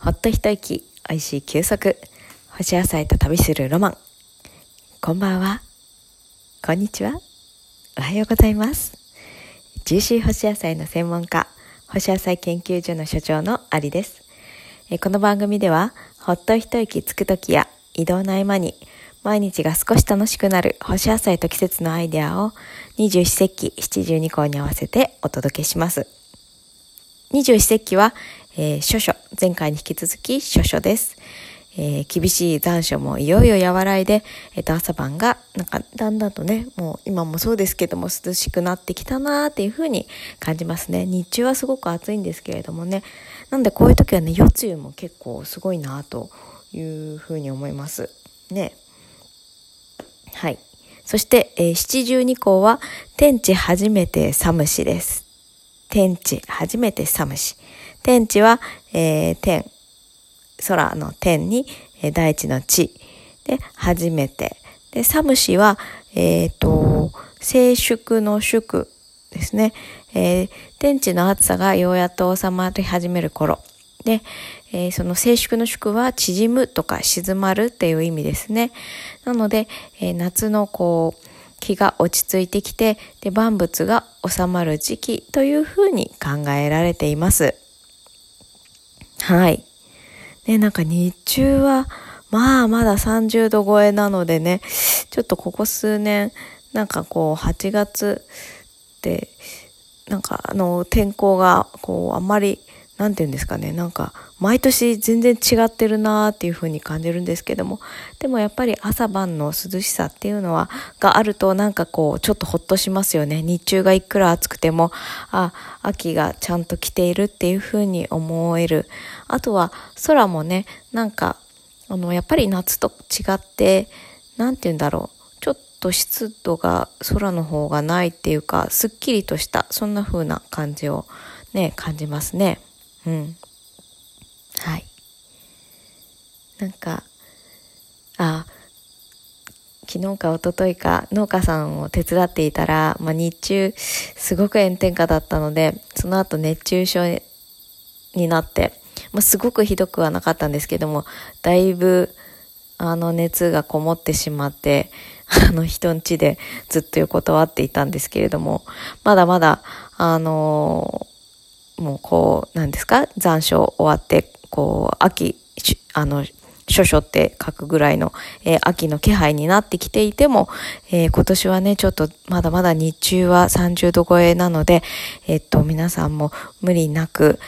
ほっと一息、おいしい休息、干し野菜と旅するロマン。こんばんは、こんにちは、おはようございます。ジューシー干し野菜の専門家、干し野菜研究所の所長のありです。この番組ではほっと一息つくときや移動の合間に毎日が少し楽しくなる干し野菜と季節のアイデアを二十四節気七十二候に合わせてお届けします。二十四節気は、処暑、前回に引き続き処暑です。厳しい残暑もいよいよ和らいで、朝晩がだんだんとね、もう今もそうですけども涼しくなってきたなーっていう風に感じますね。日中はすごく暑いんですけれどもね、なんでこういう時はね、夜露も結構すごいなという風に思いますね。はい。そして、七十二候は天地初めて寒しです。天地初めて寒し。天地は、空の天に、大地の地で初めてで、寒しは静粛の粛ですね。天地の暑さがようやっと収まり始める頃で、その静粛の粛は縮むとか静まるっていう意味ですね。なので、夏の気が落ち着いてきて、で万物が収まる時期というふうに考えられています。はい。ね、日中はまだ30度超えなのでね、ちょっとここ数年8月って天候があんまりなんていうんですかね、毎年全然違ってるなーっていう風に感じるんですけども、でもやっぱり朝晩の涼しさっていうのがあるとちょっとほっとしますよね。日中がいくら暑くても秋がちゃんと来ているっていう風に思える。あとは空もね、やっぱり夏と違ってなんていうんだろう、ちょっと湿度が空の方がないっていうか、すっきりとしたそんな風な感じをね感じますね。はい。昨日か一昨日か農家さんを手伝っていたら、日中すごく炎天下だったので、その後熱中症になって、すごくひどくはなかったんですけども、だいぶ熱がこもってしまって、人ん家でずっと横たわっていたんですけれども、まだまだもう残暑終わって秋処暑って書くぐらいの、秋の気配になってきていても、今年はねちょっとまだまだ日中は30度超えなので、皆さんも無理なく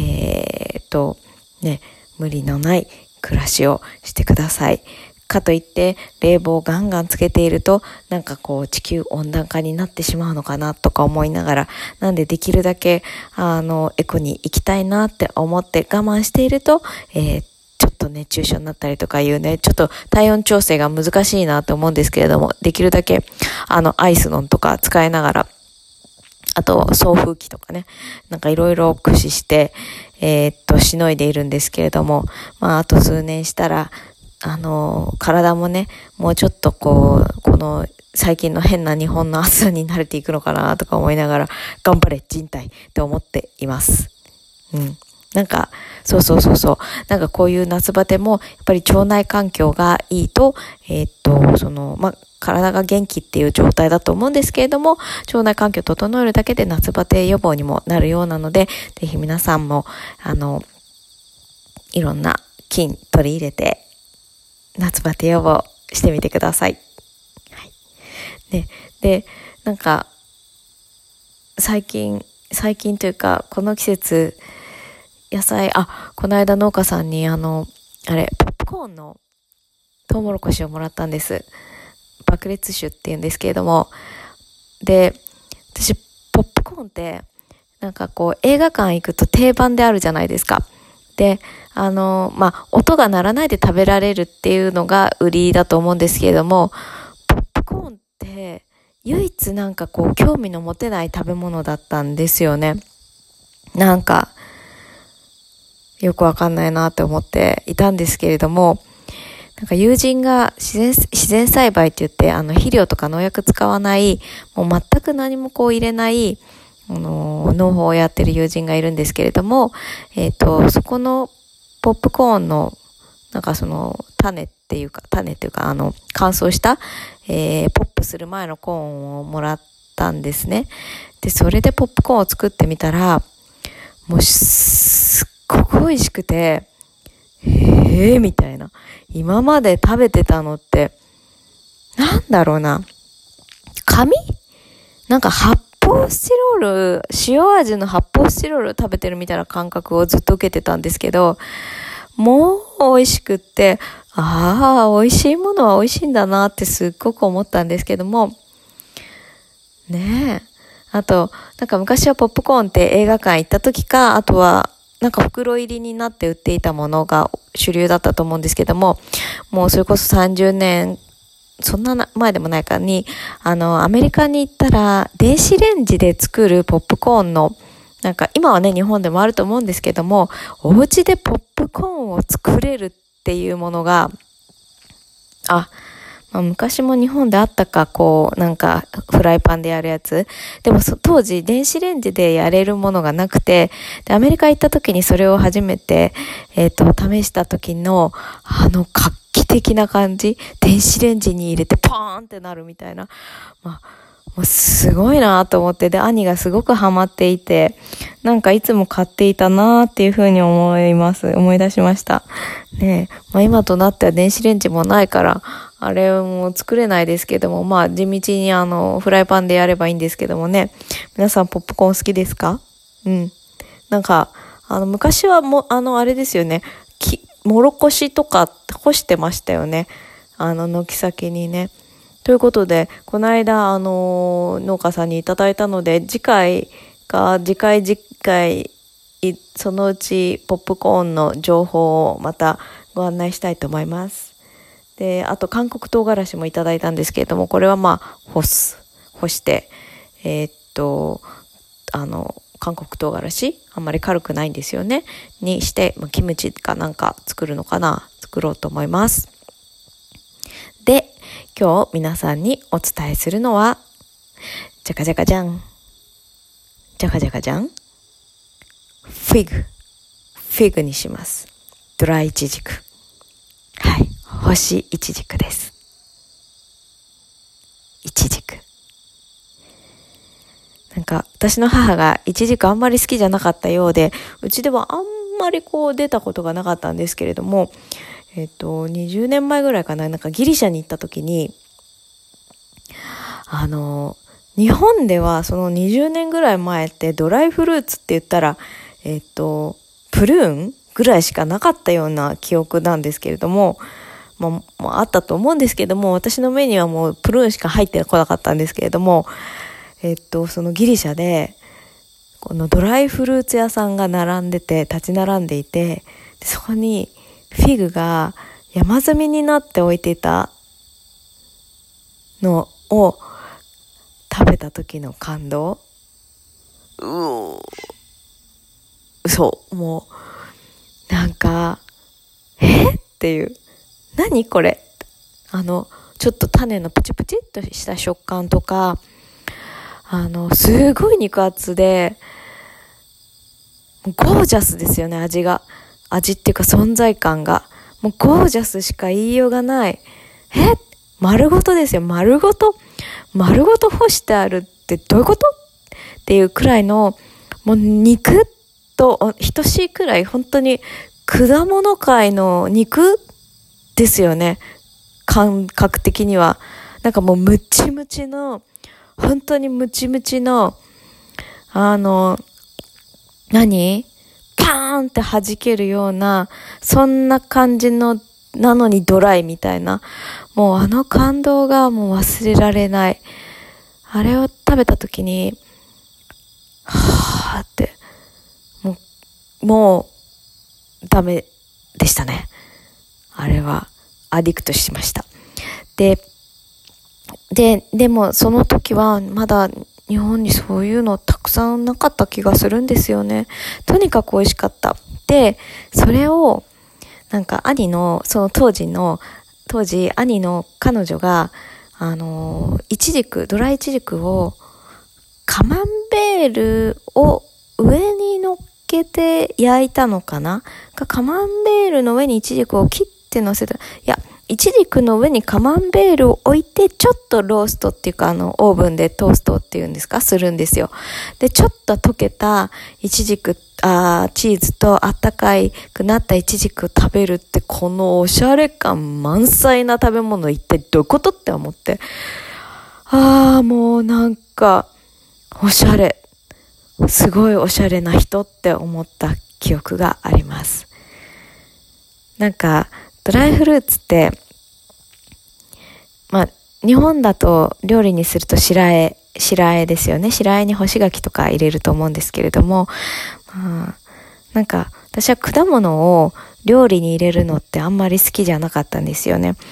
無理のない暮らしをしてください。かといって冷房をガンガンつけていると地球温暖化になってしまうのかなとか思いながら、なんでできるだけエコに行きたいなって思って我慢していると、ちょっと熱中症になったりとかいうね、ちょっと体温調整が難しいなと思うんですけれども、できるだけアイスノンとか使いながら、あと送風機とかね、いろいろ駆使してしのいでいるんですけれども、あと数年したら体もね、もうちょっとこの最近の変な日本の暑さに慣れていくのかなとか思いながら、頑張れ人体って思っています。そうこういう夏バテもやっぱり腸内環境がいいと、体が元気っていう状態だと思うんですけれども、腸内環境を整えるだけで夏バテ予防にもなるようなので、ぜひ皆さんもいろんな菌取り入れて夏バテ予防してみてください。はい。で、最近というか、この季節、野菜、この間農家さんにポップコーンのトウモロコシをもらったんです。爆裂種って言うんですけれども。で、私、ポップコーンって、映画館行くと定番であるじゃないですか。で、音が鳴らないで食べられるっていうのが売りだと思うんですけれども、ポップコーンって唯一興味の持てない食べ物だったんですよね。よくわかんないなって思っていたんですけれども、友人が自然栽培って言って肥料とか農薬使わない、もう全く何も入れない農法をやってる友人がいるんですけれども、そこのポップコーンの、なんかその、種っていうか、乾燥した、ポップする前のコーンをもらったんですね。で、それでポップコーンを作ってみたら、もうすっごく美味しくて、みたいな。今まで食べてたのって、なんだろうな。紙？なんか発泡スチロール、塩味の発泡スチロールを食べてるみたいな感覚をずっと受けてたんですけど、もう美味しくって、美味しいものは美味しいんだなってすっごく思ったんですけども、ねえ。あと、なんか昔はポップコーンって映画館行った時か、あとはなんか袋入りになって売っていたものが主流だったと思うんですけども、もうそれこそ30年、そんな前でもないかに、アメリカに行ったら、電子レンジで作るポップコーンの、なんか今はね、日本でもあると思うんですけども、お家でポップコーンを作れるっていうものが、昔も日本であったか、なんかフライパンでやるやつ。でも当時電子レンジでやれるものがなくて、で、アメリカ行った時にそれを初めて、試した時の、画期的な感じ。電子レンジに入れてポーンってなるみたいな。もうすごいなと思って、で、兄がすごくハマっていて、なんかいつも買っていたなっていうふうに思い出しました。ねえ、今となっては電子レンジもないから、あれも作れないですけども、地道にフライパンでやればいいんですけどもね。皆さんポップコーン好きですか？うん。なんか、昔はあれですよね。もろこしとか干してましたよね。軒先にね。ということで、この間、農家さんにいただいたので、次回、そのうちポップコーンの情報をまたご案内したいと思います。で、あと韓国唐辛子もいただいたんですけれども、これは干して、韓国唐辛子あんまり軽くないんですよね。にして、キムチかなんか作ろうと思います。で、今日皆さんにお伝えするのは、じゃかじゃかじゃん。じゃかじゃかじゃん。フィグにします。ドライイチジク。はい。干しイチジクです。イチジク。なんか私の母がイチジクあんまり好きじゃなかったようで、うちではあんまり出たことがなかったんですけれども、20年前ぐらいかな、なんかギリシャに行った時に、日本ではその20年ぐらい前ってドライフルーツって言ったら、プルーンぐらいしかなかったような記憶なんですけれども、あったと思うんですけども、私の目にはもうプルーンしか入ってこなかったんですけれども、そのギリシャで、このドライフルーツ屋さんが立ち並んでいて、そこにフィグが山積みになって置いていたのを食べた時の感動。もう、なんか、っていう。何これ？ちょっと種のプチプチっとした食感とか、すごい肉厚で、ゴージャスですよね、味っていうか存在感が。もうゴージャスしか言いようがない。丸ごとですよ、丸ごと干してあるってどういうことっていうくらいの、もう肉と等しいくらい、本当に果物界の肉ですよね。感覚的には。なんかもうムチムチの、本当にムチムチの、パーンって弾けるような、そんな感じの、なのにドライみたいな。もう感動がもう忘れられない。あれを食べたときに、って、もう、ダメでしたね。あれは、アディクトしました。でもその時はまだ日本にそういうのたくさんなかった気がするんですよね。とにかく美味しかった。で、それを、なんか兄の、当時兄の彼女が、ドライイチジクを、カマンベールを上に乗っけて焼いたのかな、カマンベールの上にイチジクを切って乗せた。いや、イチジクの上にカマンベールを置いて、ちょっとローストっていうか、オーブンでトーストっていうんですか、するんですよ。で、ちょっと溶けたイチジク、チーズとあったかくなったイチジクを食べるって、このおしゃれ感満載な食べ物、一体どういうことって思って。もうなんか、おしゃれ。すごいおしゃれな人って思った記憶があります。なんか、ドライフルーツって、日本だと料理にすると白あえですよね。白あえに干し柿とか入れると思うんですけれども、なんか私は果物を料理に入れるのってあんまり好きじゃなかったんですよね。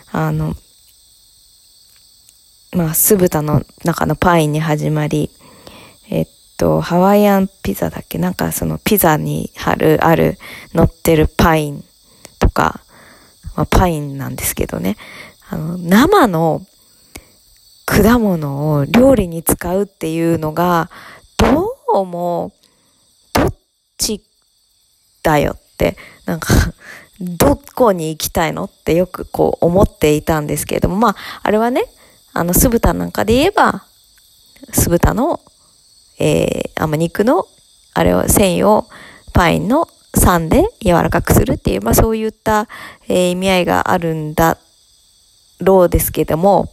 酢豚の中のパインに始まり、ハワイアンピザだっけ、なんかそのピザに乗ってるパインとか、パインなんですけどね、生の果物を料理に使うっていうのが、どうも、どっちだよって、なんか、どこに行きたいのってよくこう思っていたんですけれども、あれはね、酢豚なんかで言えば、酢豚の、肉の、あれを、繊維をパインの酸で柔らかくするっていう、そういった、意味合いがあるんだろうですけども、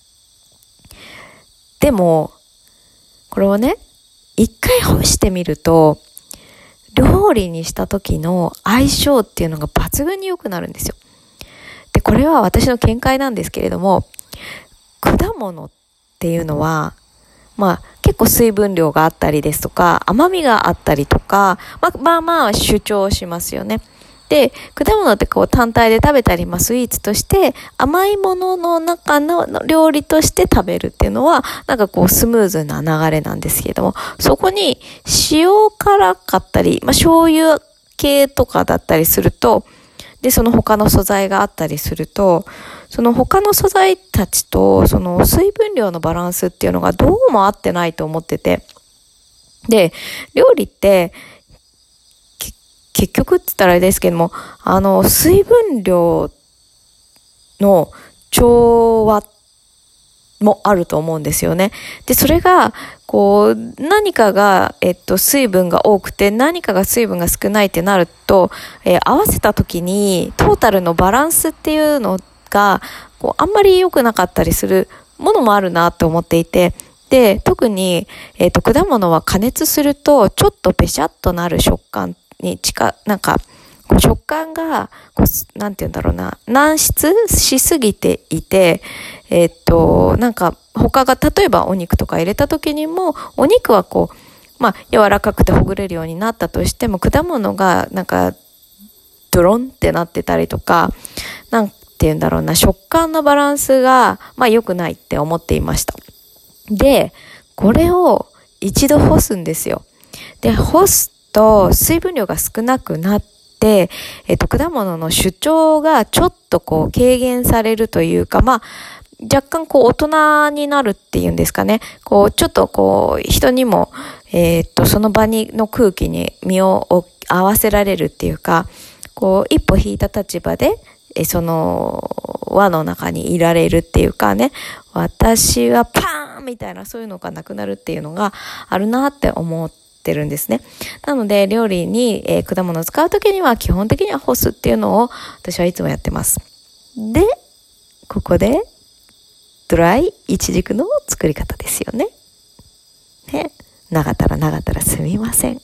でも、これをね、一回干してみると、料理にした時の相性っていうのが抜群に良くなるんですよ。で、これは私の見解なんですけれども、果物っていうのは、結構水分量があったりですとか、甘みがあったりとか、主張しますよね。で、果物ってこう単体で食べたり、スイーツとして甘いものの中の料理として食べるっていうのは、なんかこうスムーズな流れなんですけれども、そこに塩辛かったり、醤油系とかだったりすると、で、その他の素材があったりすると、その他の素材たちと、その水分量のバランスっていうのがどうも合ってないと思ってて。で、料理って、結局って言ったらあれですけども、水分量の調和もあると思うんですよね。で、それが、何かが、水分が多くて、何かが水分が少ないってなると、合わせた時に、トータルのバランスっていうのが、あんまり良くなかったりするものもあるなと思っていて、で、特に、果物は加熱すると、ちょっとペシャッとなる食感になんか、食感が、なんて言うんだろうな、軟質しすぎていて、なんか、他が、例えばお肉とか入れた時にも、お肉は柔らかくてほぐれるようになったとしても、果物が、なんか、ドロンってなってたりとか、なんて言うんだろうな、食感のバランスが、良くないって思っていました。で、これを一度干すんですよ。で、干すと水分量が少なくなって、果物の主張がちょっと軽減されるというか、若干大人になるっていうんですかね。ちょっと人にも、その場の空気に身を合わせられるっていうか、一歩引いた立場で、その輪の中にいられるっていうかね、私はパーンみたいなそういうのがなくなるっていうのがあるなって思ってるんですね。なので料理に、果物を使うときには基本的には干すっていうのを私はいつもやってます。で、ここでドライイチジクの作り方ですよね。ね、長たらすみません。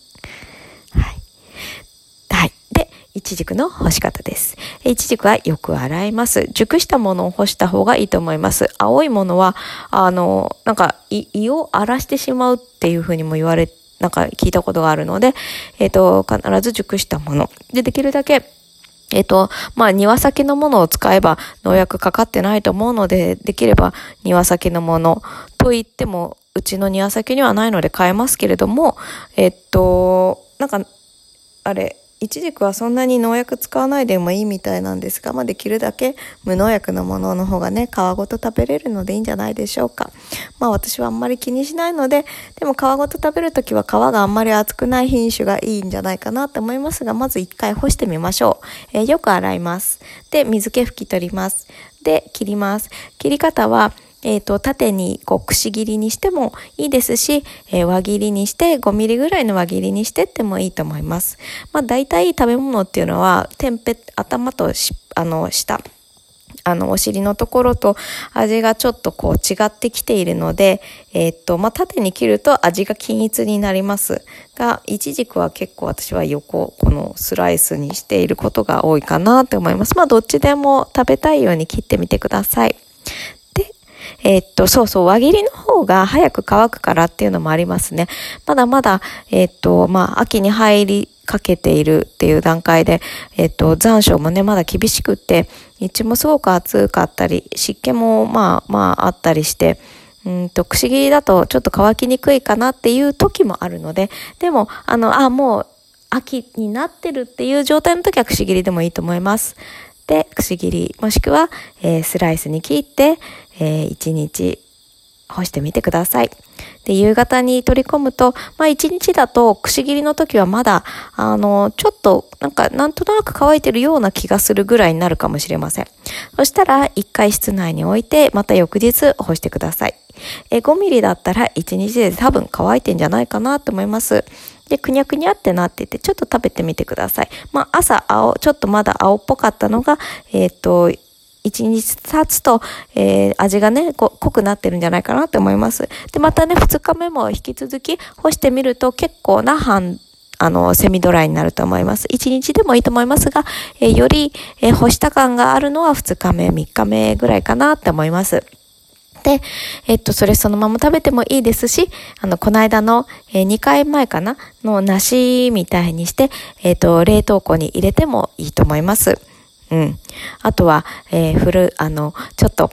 イチジクの干し方です。イチジクはよく洗います。熟したものを干した方がいいと思います。青いものは、なんか胃を荒らしてしまうっていうふうにもなんか聞いたことがあるので、必ず熟したもの。で、できるだけ、庭先のものを使えば農薬かかってないと思うので、できれば庭先のものと言っても、うちの庭先にはないので買えますけれども、なんか、 イチジクはそんなに農薬使わないでもいいみたいなんですが、できるだけ無農薬のものの方がね、皮ごと食べれるのでいいんじゃないでしょうか。私はあんまり気にしないので、でも皮ごと食べるときは皮があんまり厚くない品種がいいんじゃないかなと思いますが、まず一回干してみましょう。よく洗います。で、水気拭き取ります。で、切ります。切り方は、縦にくし切りにしてもいいですし、輪切りにして5ミリぐらいの輪切りにしてってもいいと思います。大体食べ物っていうのは頭と下、お尻のところと味がちょっと違ってきているので、縦に切ると味が均一になりますが、イチジクは結構私はこのスライスにしていることが多いかなと思います。どっちでも食べたいように切ってみてください。輪切りの方が早く乾くからっていうのもありますね。まだまだ、秋に入りかけているっていう段階で、残暑もね、まだ厳しくって、日中もすごく暑かったり、湿気もあったりして、くし切りだとちょっと乾きにくいかなっていう時もあるので、でも、もう秋になってるっていう状態の時はくし切りでもいいと思います。で、くし切り、もしくは、スライスに切って、1日干してみてください。で、夕方に取り込むと、1日だとくし切りの時はまだ、ちょっと、なんとなく乾いてるような気がするぐらいになるかもしれません。そしたら、1回室内に置いて、また翌日干してください。5ミリだったら1日で多分乾いてんじゃないかなと思います。で、くにゃくにゃってなってて、ちょっと食べてみてください。朝ちょっとまだ青っぽかったのが、1日経つと、味がね、濃くなってるんじゃないかなと思います。で、またね、2日目も引き続き干してみると結構なセミドライになると思います。1日でもいいと思いますが、より、干した感があるのは2日目、3日目ぐらいかなと思います。で、それそのまま食べてもいいですし、この間の、2回前かなの梨みたいにして、冷凍庫に入れてもいいと思います。あとは、ちょっと、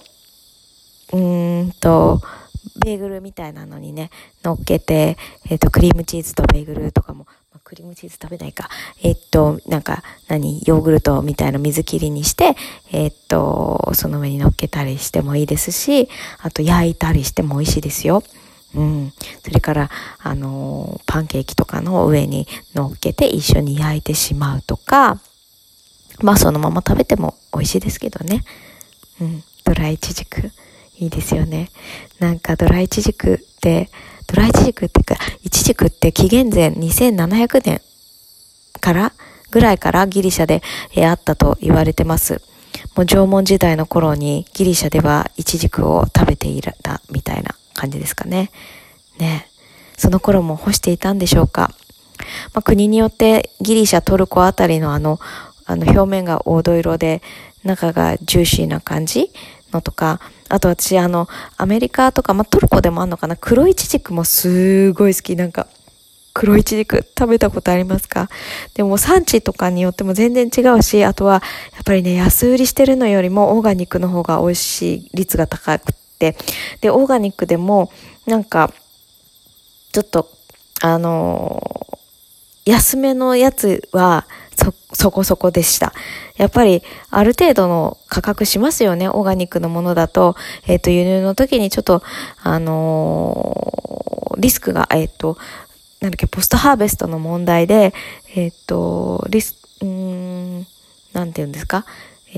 ベーグルみたいなのにね、乗っけて、クリームチーズとベーグルとかも、クリームチーズ食べないか。ヨーグルトみたいな水切りにして、その上に乗っけたりしてもいいですし、あと焼いたりしても美味しいですよ。それから、パンケーキとかの上に乗っけて一緒に焼いてしまうとか、そのまま食べても美味しいですけどね。ドライイチジク。いいですよね。ドライイチジクっていうか、イチジクって紀元前2700年ぐらいからギリシャであったと言われてます。もう縄文時代の頃にギリシャではイチジクを食べていたみたいな感じですかね。その頃も干していたんでしょうか。国によってギリシャ、トルコあたりの表面が黄土色で中がジューシーな感じのとか、あと私アメリカとか、トルコでもあるのかな、黒いチジクもすごい好き。黒いチジク食べたことありますか？でも産地とかによっても全然違うし、あとはやっぱりね、安売りしてるのよりもオーガニックの方が美味しい率が高くって、でオーガニックでもちょっと安めのやつはそこそこでした。やっぱりある程度の価格しますよね。オーガニックのものだと、輸入の時にちょっとリスクがポストハーベストの問題でなんていうんですか、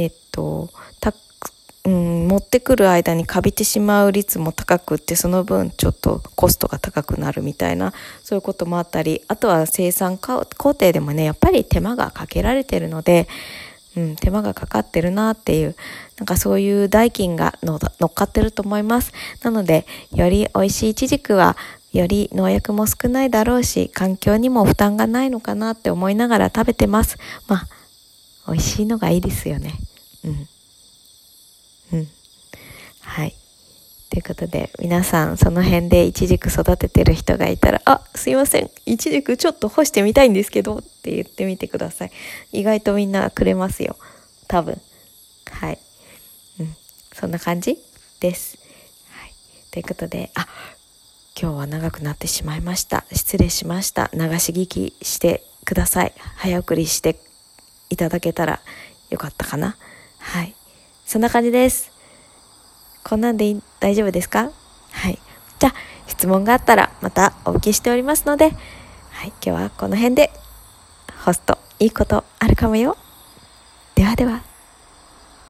持ってくる間にカビてしまう率も高くって、その分ちょっとコストが高くなるみたいな、そういうこともあったり、あとは生産工程でもね、やっぱり手間がかけられてるので、手間がかかってるなっていう、そういう代金が乗っかってると思います。なので、より美味しいイチジクはより農薬も少ないだろうし、環境にも負担がないのかなって思いながら食べてます。美味しいのがいいですよね。はい。ということで、皆さんその辺でイチジク育ててる人がいたら、すいません、イチジクちょっと干してみたいんですけどって言ってみてください。意外とみんなくれますよ。多分。はい。そんな感じです。はい。ということで、 今日は長くなってしまいました。失礼しました。流し聞きしてください。早送りしていただけたらよかったかな。はい。そんな感じです。こんなんで大丈夫ですか？はい。じゃあ、質問があったらまたお受けしておりますので、はい、今日はこの辺で。ホスト、いいことあるかもよ。ではでは。